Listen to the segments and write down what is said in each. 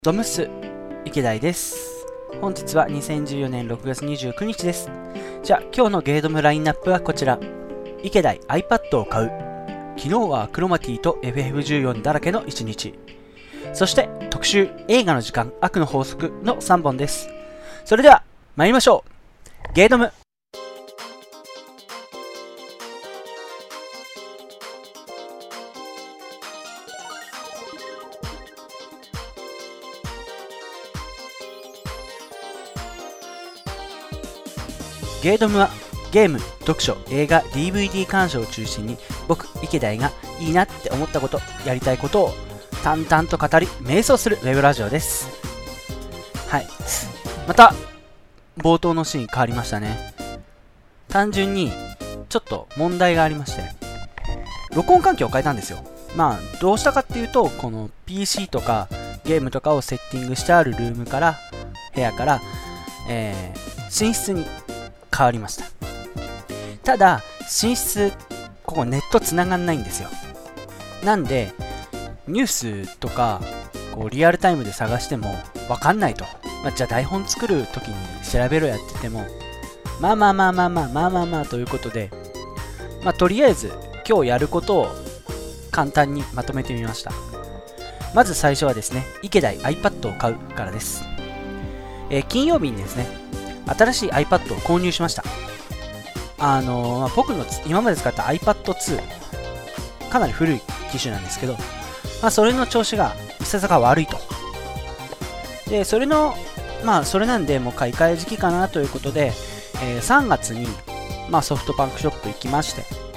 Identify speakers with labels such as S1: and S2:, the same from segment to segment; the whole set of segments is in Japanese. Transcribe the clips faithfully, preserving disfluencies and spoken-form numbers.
S1: ドムス池田です。本日はにせんじゅうよねんろくがつにじゅうくにちです。じゃあ今日のゲードムラインナップはこちら。池田 iPad を買う。昨日はクロマティと エフエフじゅうよん だらけのいちにち。そして特集映画の時間悪の法則のさんぼんです。それでは参りましょう。ゲードム。ゲードムはゲーム、読書、映画、ディーブイディー 鑑賞を中心に僕、池田がいいなって思ったこと、やりたいことを淡々と語り、瞑想するウェブラジオです。はい。また、冒頭のシーン変わりましたね。単純に、ちょっと問題がありまして、録音環境を変えたんですよ。まあ、どうしたかっていうと、この ピーシー とかゲームとかをセッティングしてあるルームから、部屋から、えー、寝室に変わりました。ただ寝室ここネットつながんないんですよ。なんでニュースとかこうリアルタイムで探してもわかんないと、まあ、じゃあ台本作る時に調べろやっててもまあまあまあまあまあまあまあまあということで、まあとりあえず今日やることを簡単にまとめてみました。まず最初はですね、池田 iPad を買うからです。えー、金曜日にですね新しい iPad を購入しました。あのーまあ、僕の今まで使った アイパッドツー かなり古い機種なんですけど、まあ、それの調子がいささか悪いと。でそれのまあそれなんでもう買い替え時期かなということで、えー、さんがつに、まあ、ソフトバンクショップ行きまして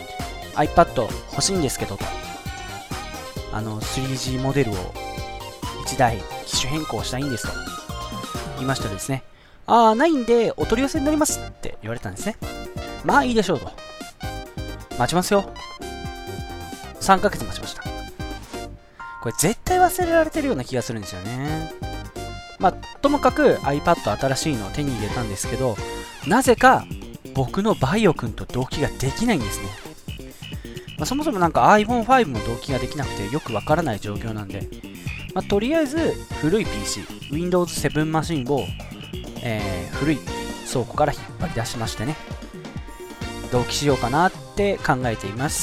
S1: iPad 欲しいんですけどと、あの スリージー モデルをいちだい機種変更したいんですと言いましたらですね、あーないんでお取り寄せになりますって言われたんですね。まあいいでしょうと。待ちますよ。さんかげつ待ちました。これ絶対忘れられてるような気がするんですよね。まあともかく iPad 新しいのを手に入れたんですけど、なぜか僕のバイオ君と同期ができないんですね。まあ、そもそもなんか アイフォンファイブ も同期ができなくてよくわからない状況なんで、まあ、とりあえず古い ピーシー、ウィンドウズセブン マシンをえー、古い倉庫から引っ張り出しましてね、同期しようかなって考えています。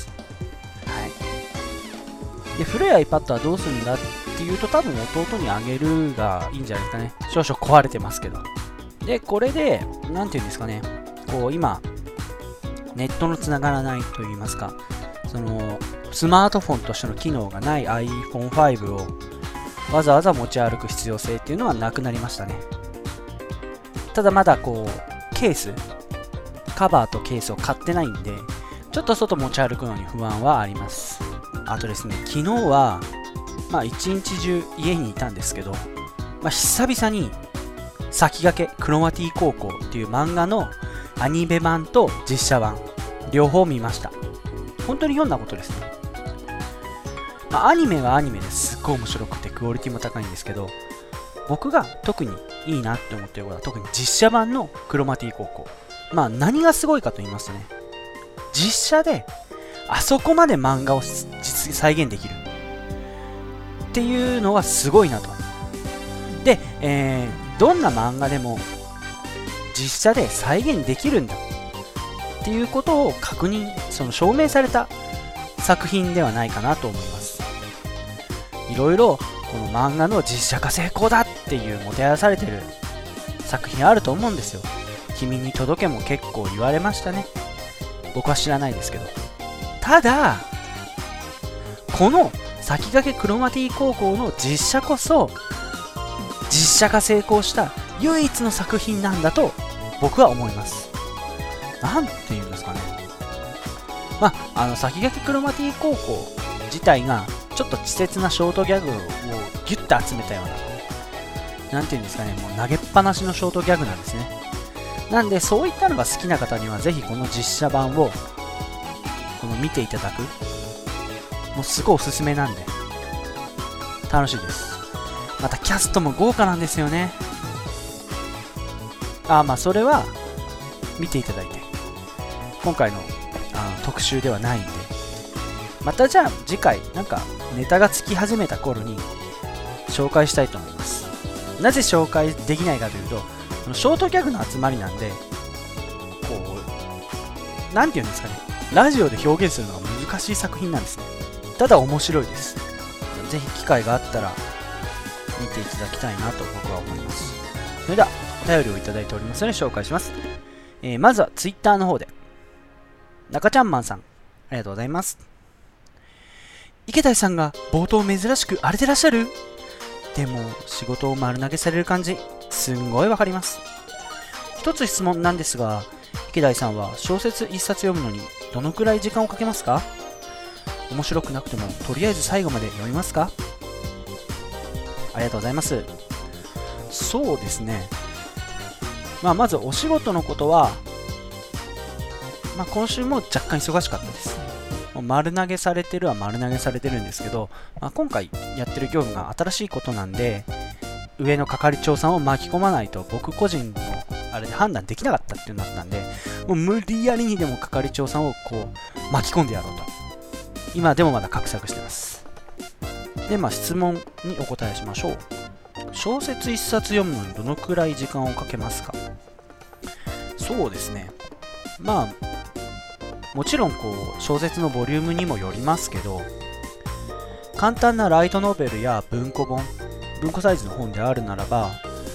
S1: はい。で古い iPad はどうするんだっていうと、多分弟にあげるがいいんじゃないですかね。少々壊れてますけど。でこれでなんていうんですかね、こう今ネットのつながらないといいますか、そのスマートフォンとしての機能がない アイフォンファイブ をわざわざ持ち歩く必要性っていうのはなくなりましたね。ただまだこうケースカバーとケースを買ってないんで、ちょっと外持ち歩くのに不安はあります。あとですね、昨日はまあ一日中家にいたんですけど、まあ、久々に先駆けクロマティ高校っていう漫画のアニメ版と実写版両方見ました。本当にひょんなことですね。まあ、アニメはアニメですっごい面白くてクオリティも高いんですけど、僕が特にいいなって思ってることは特に実写版のクロマティ高校。まあ何がすごいかと言いますとね、実写であそこまで漫画を実再現できるっていうのはすごいなと。で、えー、どんな漫画でも実写で再現できるんだっていうことを確認、その証明された作品ではないかなと思います。いろいろこの漫画の実写化成功だっていうもてあやされてる作品あると思うんですよ。君に届けも結構言われましたね。僕は知らないですけど。ただこの先駆けクロマティ高校の実写こそ実写化成功した唯一の作品なんだと僕は思います。なんていうんですかね、まああの先駆けクロマティ高校自体がちょっと稚拙なショートギャグをギュッと集めたような、なんていうんですかね、もう投げっぱなしのショートギャグなんですね。なんでそういったのが好きな方にはぜひこの実写版をこの見ていただく、もうすごいおすすめなんで楽しいです。またキャストも豪華なんですよね。あまあそれは見ていただいて、今回のあの特集ではないんで、またじゃあ次回なんかネタがつき始めた頃に紹介したいと思います。 なぜ紹介できないかというと、このショートギャグの集まりなんで、こう、なんていうんですかね、ラジオで表現するのが難しい作品なんですね。ただ面白いです。ぜひ機会があったら見ていただきたいなと僕は思います。それではお便りをいただいておりますので紹介します。えー、まずはツイッターの方で中ちゃんマンさん、ありがとうございます。池谷さんが冒頭珍しく荒れてらっしゃる？でも仕事を丸投げされる感じすんごいわかります。一つ質問なんですが、池谷さんは小説一冊読むのにどのくらい時間をかけますか？面白くなくてもとりあえず最後まで読みますか？ありがとうございます。そうですね、まあ、まずお仕事のことは、まあ、今週も若干忙しかったです。もう丸投げされてるは丸投げされてるんですけど、まあ、今回やってる業務が新しいことなんで、上の係長さんを巻き込まないと僕個人のあれで判断できなかったっていうのだったんで、もう無理やりにでも係長さんをこう巻き込んでやろうと今でもまだ画策してます。で、まあ質問にお答えしましょう。小説一冊読むのにどのくらい時間をかけますか？そうですね、まあもちろんこう小説のボリュームにもよりますけど、簡単なライトノベルや文庫本、文庫サイズの本であるならば、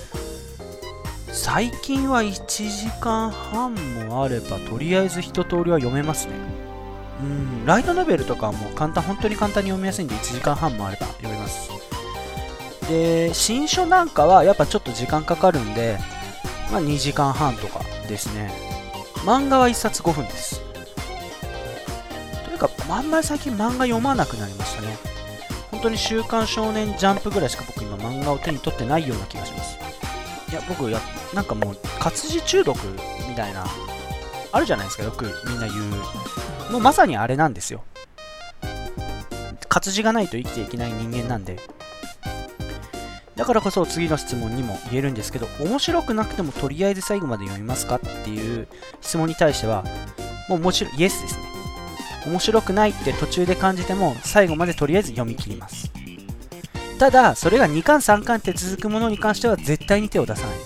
S1: 最近はいちじかんはんもあればとりあえず一通りは読めますね。うん、ライトノベルとかはもう簡単、本当に簡単に読みやすいんでいちじかんはんもあれば読めます。で、新書なんかはやっぱちょっと時間かかるんで、まあ、にじかんはんとかですね。漫画はいっさつごふんです。というか、あんまり最近漫画読まなくなりましたね。本当に週刊少年ジャンプぐらいしか僕今漫画を手に取ってないような気がします。いや、僕や、なんかもう活字中毒みたいな、あるじゃないですか、よくみんな言う。もうまさにあれなんですよ。活字がないと生きていけない人間なんで。だからこそ次の質問にも言えるんですけど、面白くなくてもとりあえず最後まで読みますかっていう質問に対しては、もうもちろんイエスですね。面白くないって途中で感じても最後までとりあえず読み切ります。ただそれがにかんさんかんって続くものに関しては絶対に手を出さないです。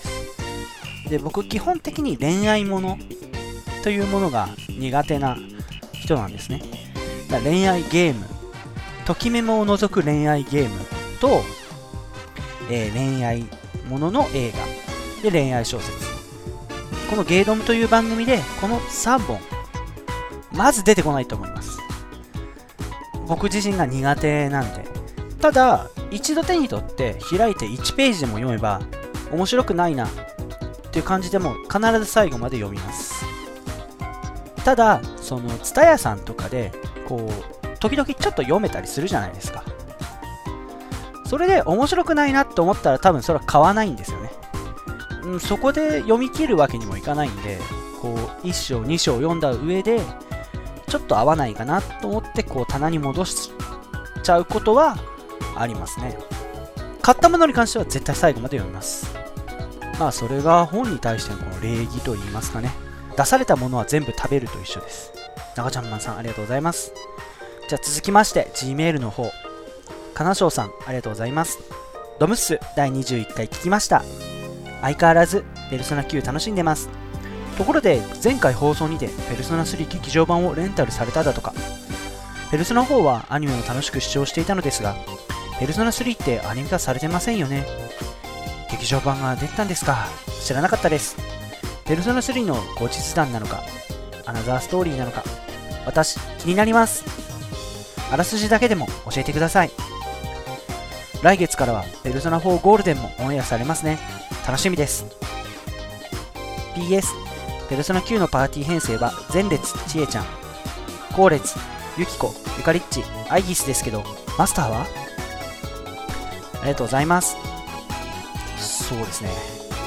S1: で、僕基本的に恋愛ものというものが苦手な人なんですね。だから恋愛ゲーム、ときメモを除く恋愛ゲームと、えー、恋愛ものの映画で恋愛小説、このゲードムという番組でこのさんぼんまず出てこないと思います。僕自身が苦手なんで。ただ一度手に取って開いていちページでも読めば面白くないなっていう感じでも必ず最後まで読みます。ただそのツタヤさんとかでこう時々ちょっと読めたりするじゃないですか。それで面白くないなって思ったら多分それは買わないんですよね。うん、そこで読み切るわけにもいかないんで、こういっ章に章読んだ上でちょっと合わないかなと思ってこう棚に戻しちゃうことはありますね。買ったものに関しては絶対最後まで読みます。まあそれが本に対してのこの礼儀と言いますかね。出されたものは全部食べると一緒です。中ちゃんマンさんありがとうございます。じゃあ続きまして Gmail の方、かなしょうさんありがとうございます。ドムッスだいにじゅういっかい聞きました。相変わらずペルソナきゅう楽しんでます。ところで前回放送にてペルソナスリー劇場版をレンタルされただとか。ペルソナフォーはアニメを楽しく視聴していたのですが、ペルソナスリーってアニメ化されてませんよね。劇場版が出たんですか。知らなかったです。ペルソナスリーの後日談なのかアナザーストーリーなのか、私気になります。あらすじだけでも教えてください。来月からはペルソナフォーゴールデンもオンエアされますね。楽しみです。 ピーエス ペルソナきゅうのパーティー編成は前列ちえちゃん、後列ユキコ、ゆかりっち、アイギスですけどマスターは？ありがとうございます。そうですね、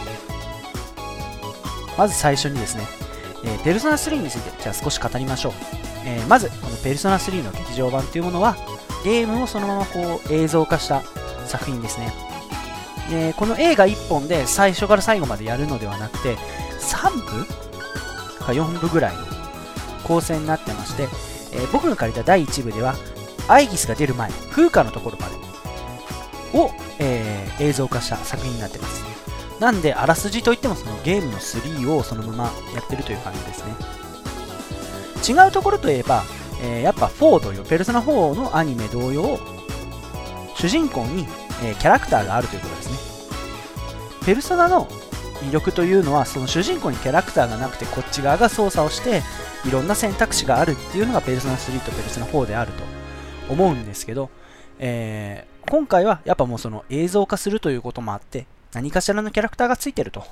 S1: まず最初にですね、えー、ペルソナスリーについてじゃあ少し語りましょう。えー、まずこのペルソナスリーの劇場版というものはゲームをそのままこう映像化した作品ですね。でこの映画いっぽんで最初から最後までやるのではなくてさんぶかよんぶぐらいの構成になってまして、えー、僕が借りただいいちぶではアイギスが出る前、風花のところまでを、え映像化した作品になってます。なんであらすじといってもそのゲームのスリーをそのままやってるという感じですね。違うところといえば、えー、やっぱフォーというペルソナフォーのアニメ同様、主人公に、えー、キャラクターがあるということですね。ペルソナの魅力というのは、その主人公にキャラクターがなくてこっち側が操作をしていろんな選択肢があるっていうのがペルソナスリーとペルソナフォーであると思うんですけど、えー、今回はやっぱもうその映像化するということもあって何かしらのキャラクターがついてると。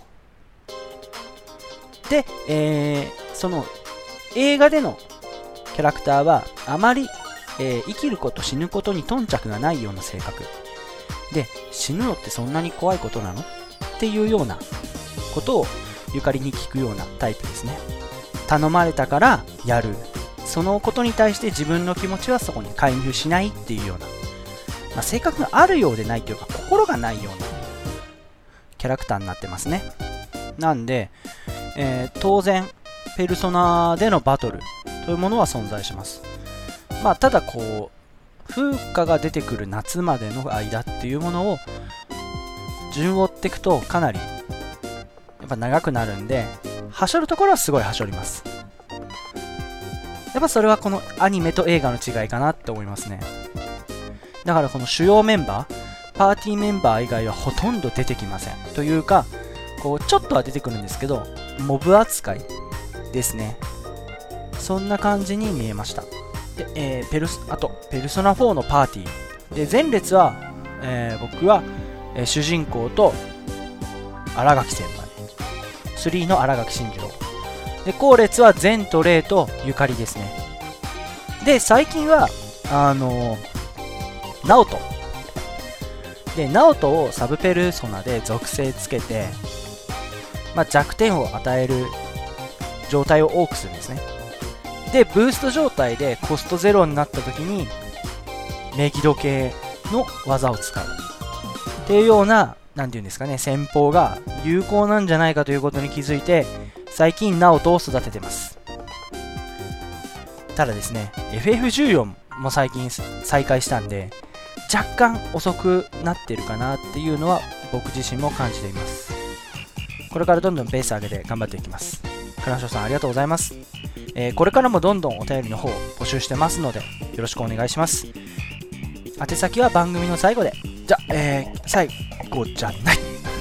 S1: で、えー、その映画でのキャラクターはあまり、えー、生きること死ぬことに頓着がないような性格で、死ぬのってそんなに怖いことなのっていうようなことをゆかりに聞くようなタイプですね。頼まれたからやる、そのことに対して自分の気持ちはそこに介入しないっていうような、まあ、性格があるようでないというか心がないようなキャラクターになってますね。なんで、えー、当然ペルソナでのバトルというものは存在します。まあただこう風花が出てくる夏までの間っていうものを順を追っていくとかなりやっぱ長くなるんで、はしょるところはすごいはしょります。やっぱそれはこのアニメと映画の違いかなって思いますね。だからこの主要メンバー、パーティーメンバー以外はほとんど出てきません。というか、こうちょっとは出てくるんですけど、モブ扱いですね。そんな感じに見えました。で、えー、ペルスあとペルソナフォーのパーティーで、前列は、えー、僕は、えー、主人公と新垣先輩、スリーの新垣慎次郎で、後列はゼンとレイとゆかりですね。で、最近はあのーナオトで、ナオトをサブペルソナで属性つけて、まあ、弱点を与える状態を多くするんですね。で、ブースト状態でコストゼロになった時にメギド系の技を使うっていうような、なんていうんですかね、戦法が有効なんじゃないかということに気づいて、最近ナオトを育ててます。ただですね、エフエフじゅうよん も最近再開したんで若干遅くなってるかなっていうのは僕自身も感じています。これからどんどんペース上げて頑張っていきます。カナショさんありがとうございます。えー、これからもどんどんお便りの方募集してますのでよろしくお願いします。宛先は番組の最後で。じゃ、えー、最後じゃない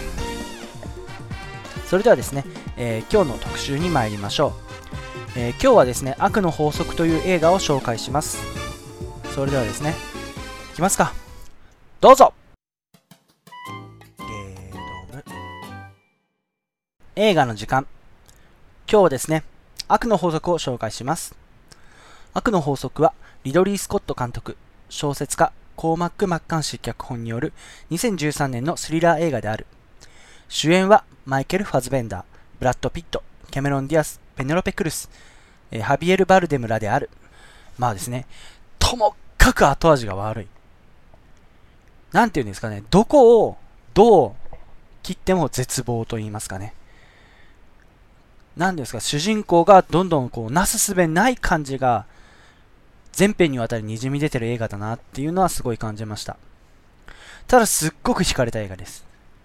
S1: それではですね、えー、今日の特集に参りましょう。えー、今日はですね、悪の法則という映画を紹介します。それではですね、いきますか。どうぞ。ゲードム映画の時間。今日はですね、悪の法則を紹介します。悪の法則はリドリー・スコット監督、小説家コーマック・マッカンシー脚本によるにせんじゅうさんねんのスリラー映画である。主演はマイケル・ファズベンダー、ブラッド・ピット、キャメロン・ディアス、ペネロペ・クルス、えー、ハビエル・バルデムらである。まあですね、ともかく後味が悪い。なんていうんですかね、どこをどう切っても絶望と言いますかね。なんですか、主人公がどんどんこうなすすべない感じが全編にわたりにじみ出てる映画だなっていうのはすごい感じました。ただすっごく惹かれた映画です。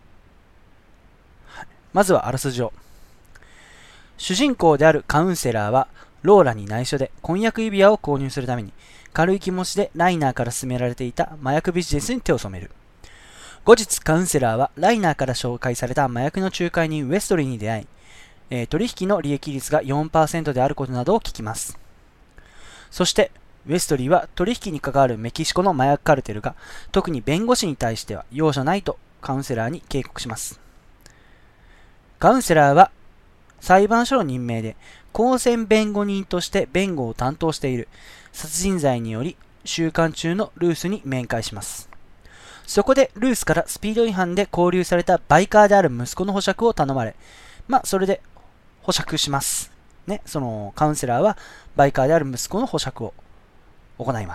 S1: はい、まずはあらすじを。主人公であるカウンセラーはローラに内緒で婚約指輪を購入するために軽い気持ちでライナーから勧められていた麻薬ビジネスに手を染める。後日カウンセラーはライナーから紹介された麻薬の仲介人ウェストリーに出会い、えー、取引の利益率が よんパーセント であることなどを聞きます。そしてウェストリーは取引に関わるメキシコの麻薬カルテルが特に弁護士に対しては容赦ないとカウンセラーに警告します。カウンセラーは裁判所の任命で公選弁護人として弁護を担当している殺人罪により収監中のルースに面会します。そこでルースからスピード違反で拘留されたバイカーである息子の保釈を頼まれ、まあそれで保釈します。ね、そのカウンセラーはバイカーである息子の保釈を行います。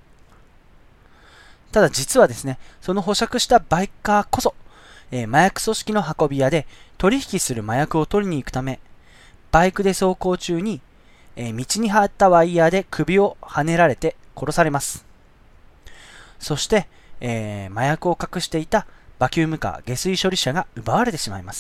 S1: ただ実はですね、その保釈したバイカーこそ、えー、麻薬組織の運び屋で取引する麻薬を取りに行くため、バイクで走行中に、えー、道に張ったワイヤーで首をはねられて殺されます。そして、えー、麻薬を隠していたバキュームカー下水処理車が奪われてしまいます。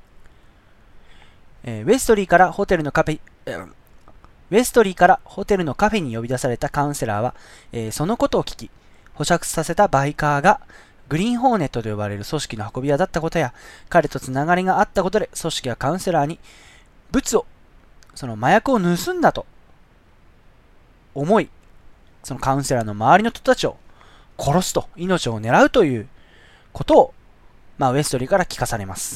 S1: えー、ウェストリーからホテルのカフェ、えー、ウェストリーからホテルのカフェに呼び出されたカウンセラーは、えー、そのことを聞き、保釈させたバイカーがグリーンホーネットと呼ばれる組織の運び屋だったことや、彼とつながりがあったことで組織はカウンセラーに物を、その麻薬を盗んだと思い、そのカウンセラーの周りの人たちを殺すと、命を狙うということを、まあ、ウェストリーから聞かされます。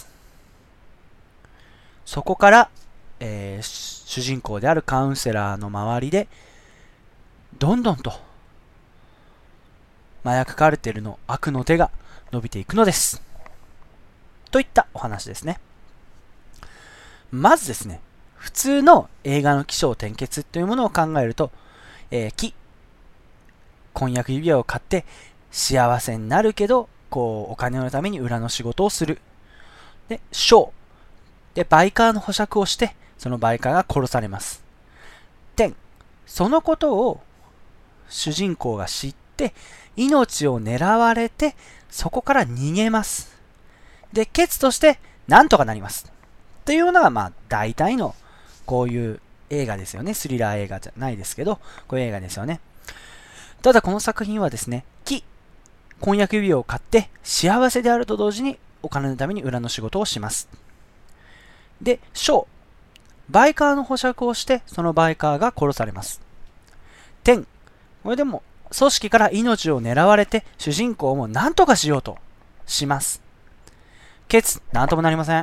S1: そこから、えー、主人公であるカウンセラーの周りで、どんどんと麻薬カルテルの悪の手が伸びていくのです。といったお話ですね。まずですね、普通の映画の起承転結というものを考えると、えー、木、婚約指輪を買って幸せになるけど、こう、お金のために裏の仕事をする。で、小。で、バイカーの保釈をして、そのバイカーが殺されます。点。そのことを主人公が知って、命を狙われて、そこから逃げます。で、ケツとして、なんとかなります。というのが、まあ、大体の、こういう映画ですよね。スリラー映画じゃないですけど、こういう映画ですよね。ただ、この作品はですね、木、婚約指輪を買って、幸せであると同時に、お金のために裏の仕事をします。で、小、バイカーの保釈をして、そのバイカーが殺されます。点、これでも、組織から命を狙われて、主人公も何とかしようとします。ケツ、なんともなりません。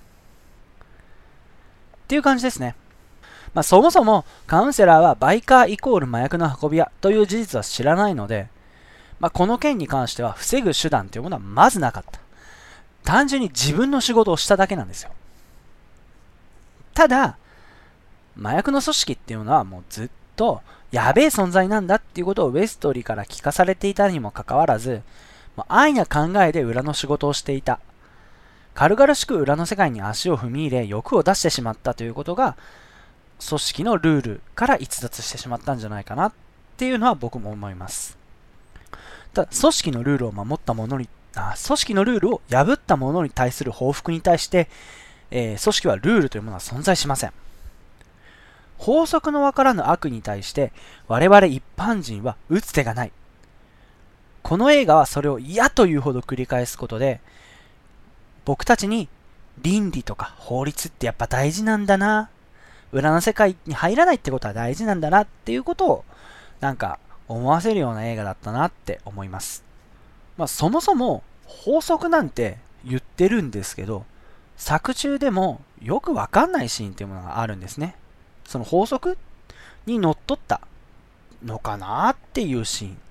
S1: っていう感じですね。まあ、そもそもカウンセラーはバイカーイコール麻薬の運び屋という事実は知らないので、まあ、この件に関しては防ぐ手段というものはまずなかった。単純に自分の仕事をしただけなんですよ。ただ、麻薬の組織っていうのはもうずっとやべえ存在なんだっていうことをウェストリーから聞かされていたにもかかわらず、安易な考えで裏の仕事をしていた。軽々しく裏の世界に足を踏み入れ欲を出してしまったということが組織のルールから逸脱してしまったんじゃないかなっていうのは僕も思います。ただ組織のルールを守った者にあ組織のルールを破った者に対する報復に対して、えー、組織はルールというものは存在しません。法則のわからぬ悪に対して我々一般人は打つ手がない。この映画はそれを嫌というほど繰り返すことで、僕たちに倫理とか法律ってやっぱ大事なんだな、裏の世界に入らないってことは大事なんだなっていうことをなんか思わせるような映画だったなって思います。まあそもそも法則なんて言ってるんですけど、作中でもよくわかんないシーンっていうものがあるんですね。その法則にのっとったのかなっていうシーン。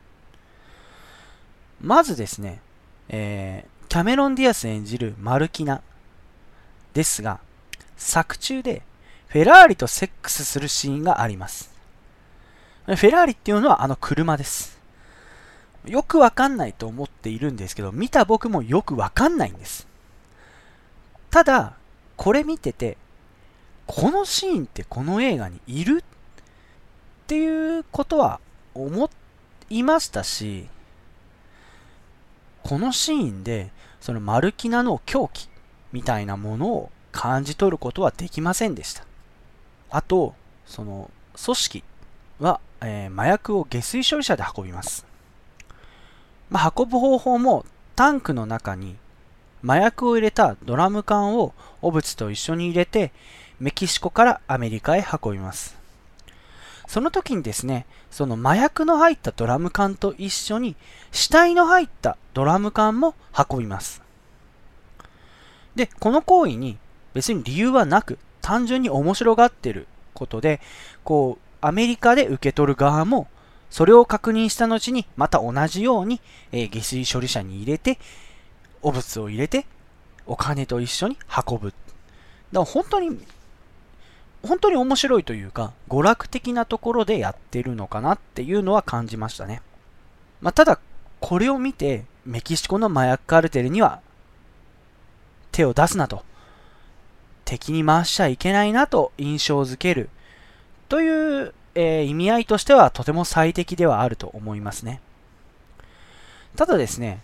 S1: まずですね、えーキャメロン・ディアス演じるマルキナですが、作中でフェラーリとセックスするシーンがあります。フェラーリっていうのはあの車です。よくわかんないと思っているんですけど、見た僕もよくわかんないんです。ただ、これ見てて、このシーンってこの映画にいるっていうことは思いましたし、このシーンでそのマルキナの狂気みたいなものを感じ取ることはできませんでした。あと、その組織は、えー、麻薬を下水処理車で運びます。まあ、運ぶ方法もタンクの中に麻薬を入れたドラム缶を汚物と一緒に入れてメキシコからアメリカへ運びます。その時にですね、その麻薬の入ったドラム缶と一緒に死体の入ったドラム缶も運びます。で、この行為に別に理由はなく、単純に面白がっていることで、こう、アメリカで受け取る側も、それを確認した後に、また同じように、えー、下水処理車に入れて、汚物を入れて、お金と一緒に運ぶ。だから本当に、本当に面白いというか、娯楽的なところでやってるのかなっていうのは感じましたね。まあ、ただ、これを見て、メキシコの麻薬カルテルには手を出すなと、敵に回しちゃいけないなと印象づけるという、えー、意味合いとしてはとても最適ではあると思いますね。ただですね、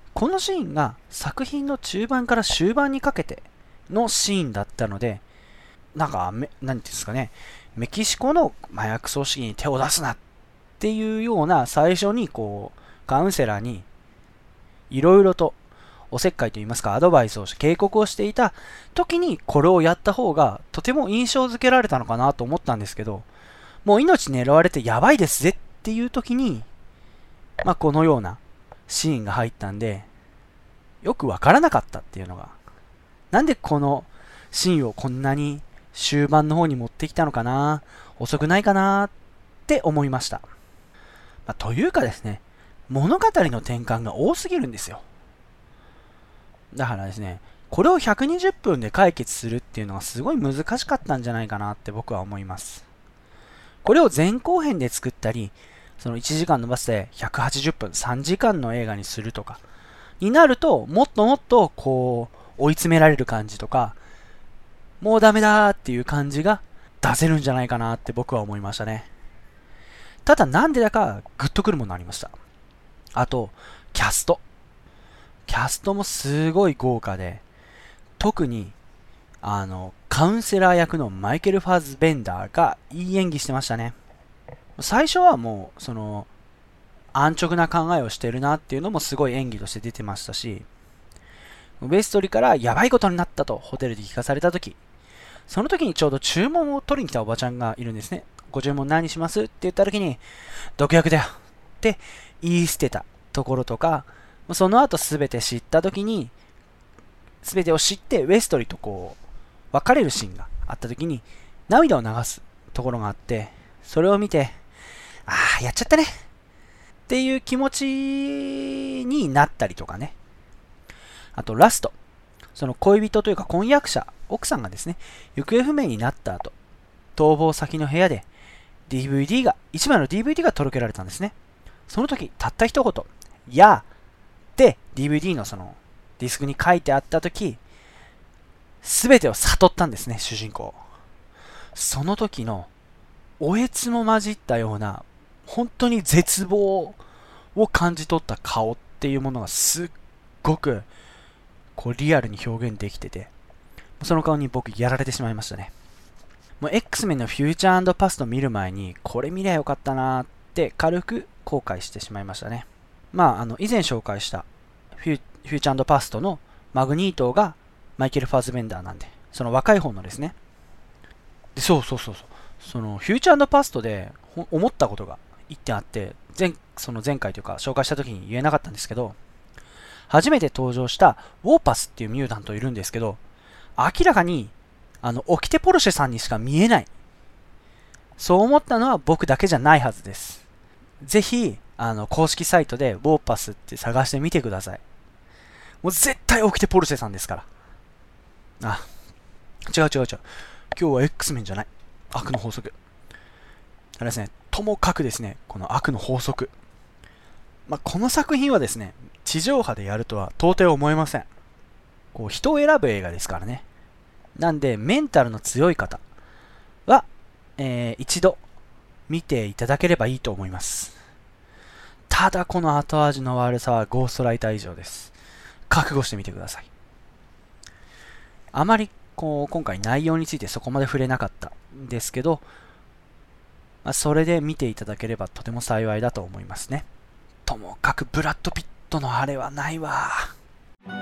S1: このシーンが作品の中盤から終盤にかけてのシーンだったので、なんか、め、なんていうんですかね、メキシコの麻薬組織に手を出すなっていうような最初にこう、カウンセラーにいろいろとおせっかいといいますかアドバイスをして警告をしていた時にこれをやった方がとても印象づけられたのかなと思ったんですけど、もう命狙われてやばいですぜっていう時に、まあこのようなシーンが入ったんで、よくわからなかったっていうのが、なんでこのシーンをこんなに終盤の方に持ってきたのかな、遅くないかなって思いました。まあ、というかですね、物語の転換が多すぎるんですよ。だからですね、これをひゃくにじゅっぷんで解決するっていうのがすごい難しかったんじゃないかなって僕は思います。これを前後編で作ったり、そのいちじかん伸ばしてひゃくはちじゅっぷん、さんじかんの映画にするとか、になると、もっともっとこう、追い詰められる感じとか、もうダメだーっていう感じが出せるんじゃないかなって僕は思いましたね。ただなんでだかグッとくるものありました。あと、キャスト。キャストもすごい豪華で、特に、あの、カウンセラー役のマイケル・ファズベンダーがいい演技してましたね。最初はもう、その、安直な考えをしてるなっていうのもすごい演技として出てましたし、ウェストリーからやばいことになったとホテルで聞かされたとき、その時にちょうど注文を取りに来たおばちゃんがいるんですね。ご注文何しますって言った時に、毒薬だよって言い捨てたところとか、その後すべて知った時に、すべてを知ってウェストリーとこう、別れるシーンがあった時に、涙を流すところがあって、それを見て、ああ、やっちゃったねっていう気持ちになったりとかね。あとラスト。その恋人というか婚約者、奥さんがですね、行方不明になった後、逃亡先の部屋で ディーブイディー が、一枚の ディーブイディー が届けられたんですね。その時、たった一言、やあって ディーブイディー のそのディスクに書いてあった時、すべてを悟ったんですね、主人公。その時の、おえつも混じったような、本当に絶望を感じ取った顔っていうものがすっごく、こうリアルに表現できてて、その顔に僕やられてしまいましたね。もう X メンのフューチャー&パスト見る前に、これ見りゃよかったなーって軽く後悔してしまいましたね。まあ、あの、以前紹介したフュー、フューチャー&パストのマグニートがマイケル・ファーズベンダーなんで、その若い方のですね。で、そうそうそうそう。そのフューチャー&パストで思ったことが一点あって、前、その前回というか紹介した時に言えなかったんですけど、初めて登場したウォーパスっていうミュータントいるんですけど、明らかにあのオキテポルシェさんにしか見えない。そう思ったのは僕だけじゃないはずです。ぜひあの公式サイトでウォーパスって探してみてください。もう絶対オキテポルシェさんですから。あ、違う違う違う。今日は X メンじゃない。悪の法則。あれですね、ともかくですね、この悪の法則。まあ、この作品はですね、地上波でやるとは到底思えません。こう人を選ぶ映画ですからね。なんで、メンタルの強い方は、えー、一度見ていただければいいと思います。ただ、この後味の悪さはゴーストライター以上です。覚悟してみてください。あまりこう今回内容についてそこまで触れなかったんですけど、まあ、それで見ていただければとても幸いだと思いますね。ともかくブラッド・ピットのあれはないわ。ゲ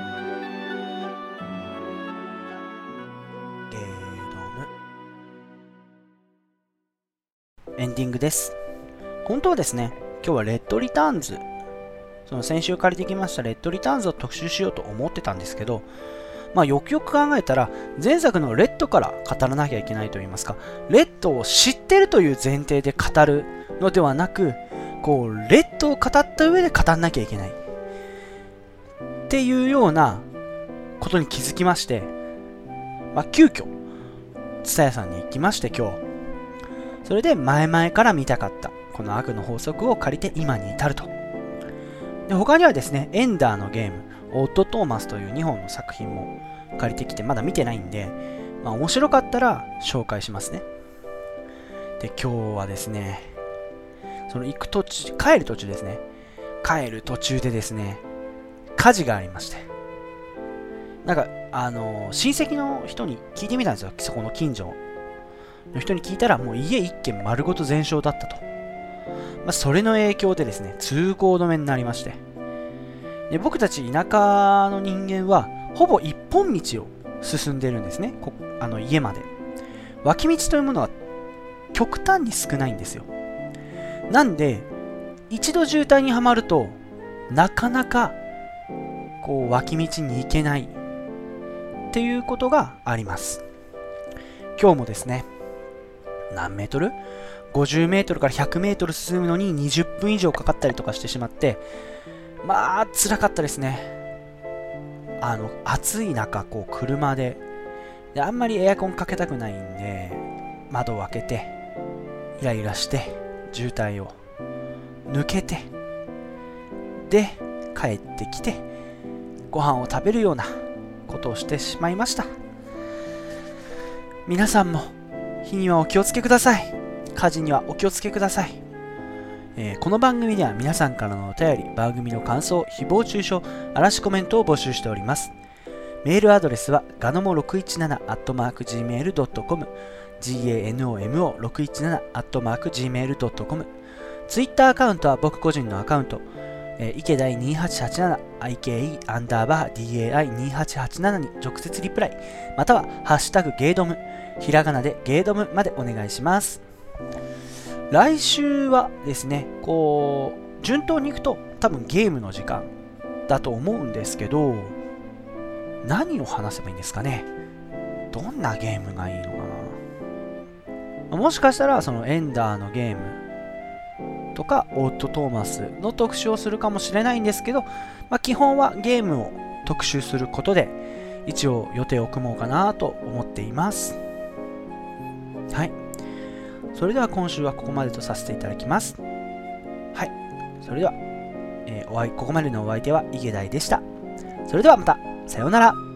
S1: ームエンディングです。本当はですね、今日はレッド・リターンズ、その先週借りてきましたレッド・リターンズを特集しようと思ってたんですけど、まあよくよく考えたら前作のレッドから語らなきゃいけないと言いますか、レッドを知ってるという前提で語るのではなく、こうレッドを語った上で語らなきゃいけないっていうようなことに気づきまして、まあ急遽蔦屋さんに行きまして今日、それで前々から見たかったこの悪の法則を借りて今に至ると。で他にはですね、エンダーのゲーム、オッド・トーマスというにほんの作品も借りてきてまだ見てないんで、まあ、面白かったら紹介しますね。で今日はですね、その行く途中、帰る途中ですね、帰る途中でですね、 火事がありまして、なんかあのー、親戚の人に聞いてみたんですよ。そこの近所の人に聞いたら、もう家一軒丸ごと全焼だったと。まあ、それの影響でですね、通行止めになりまして、で僕たち田舎の人間はほぼ一本道を進んでるんですね。こあの家まで脇道というものは極端に少ないんですよ。なんで一度渋滞にはまるとなかなかこう脇道に行けないっていうことがあります。今日もですね、何メートル ?ごじゅうメートルからひゃくメートル進むのににじゅっぷん以上かかったりとかしてしまって、まあ辛かったですね。あの暑い中こう車で、であんまりエアコンかけたくないんで窓を開けてイライラして渋滞を抜けて、で帰ってきてご飯を食べるようなことをしてしまいました。皆さんも火にはお気をつけください。火事にはお気をつけください。えー、この番組では皆さんからのお便り、番組の感想、誹謗中傷、嵐コメントを募集しております。メールアドレスはガノモろくいちななアットマークジーメールドットコム、ガノモろくいちななアットマークジーメールドットコム。ツイッターアカウントは僕個人のアカウント、えー、池田にはちはちなな、アイケーイー アンダーバー ディーエーアイにはちはちなな に直接リプライ、またはハッシュタグゲードム、ひらがなでゲードムまでお願いします。来週はですね、こう順当にいくと多分ゲームの時間だと思うんですけど、何を話せばいいんですかね。どんなゲームがいいのかな。もしかしたらそのエンダーのゲームとかオット・トーマスの特集をするかもしれないんですけど、まあ、基本はゲームを特集することで一応予定を組もうかなと思っています。はい、それでは今週はここまでとさせていただきます。はい、それでは、えー、お会いここまでのお相手は池田でした。それではまた、さようなら。